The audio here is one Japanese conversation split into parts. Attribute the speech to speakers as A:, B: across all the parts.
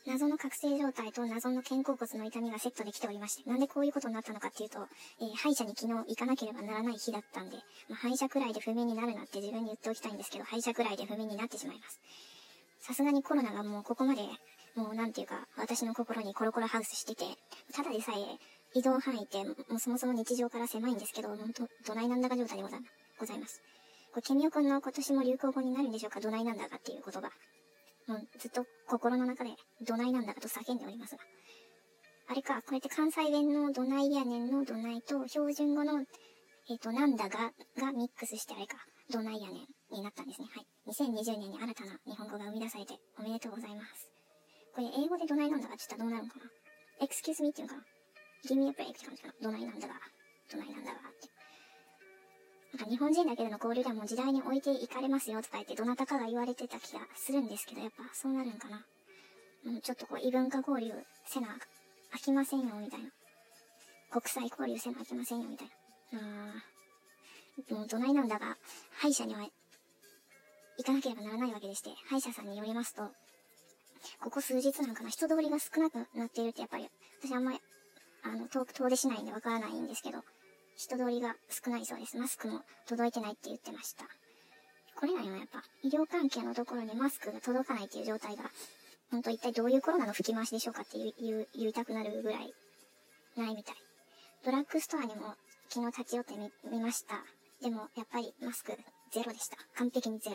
A: 謎の覚醒状態と謎の肩甲骨の痛みがセットできておりまして、なんでこういうことになったのかっていうと、歯医者に昨日行かなければならない日だったんで、歯医者くらいで不眠になるなって自分に言っておきたいんですけど、歯医者くらいで不眠になってしまいます。さすがにコロナがもうここまで、もうなんていうか、私の心にコロコロハウスしてて、ただでさえ移動範囲ってもうそもそも日常から狭いんですけど、どないなんだか状態でございます。これ、ケミオくんの今年も流行語になるんでしょうか、どないなんだかっていう言葉。もうずっと心の中でどないなんだかと叫んでおりますが。あれか、これって関西弁のどないやねんのどないと標準語のなんだがミックスしてあれか、どないやねんになったんですね。はい。2020年に新たな日本語が生み出されておめでとうございます。これ英語でどないなんだかって言ったらどうなるのかな？ excuse me っていうのかな？ give me a break って感じかな？どないなんだが、どないなんだがって。なんか日本人だけでの交流ではもう時代に置いていかれますよとか言ってどなたかが言われてた気がするんですけど、やっぱそうなるんかな。ちょっとこう異文化交流せな飽きませんよみたいな。国際交流せな飽きませんよみたいな。もうどないなんだが、歯医者には行かなければならないわけでして、歯医者さんによりますと、ここ数日なんかな、人通りが少なくなっているってやっぱり、私あんまり、遠出しないんでわからないんですけど、人通りが少ないそうです。マスクも届いてないって言ってました。これらにはやっぱ、医療関係のところにマスクが届かないっていう状態が、本当一体どういうコロナの吹き回しでしょうかって言いたくなるぐらい、ないみたい。ドラッグストアにも昨日立ち寄ってみました。でも、やっぱりマスクゼロでした。完璧にゼロ。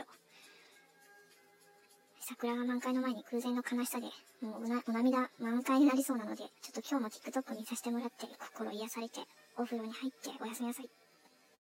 A: 桜が満開の前に空前の悲しさで、もうお涙満開になりそうなので、ちょっと今日も TikTok にさせてもらって、心癒されて、お風呂に入っておやすみなさい。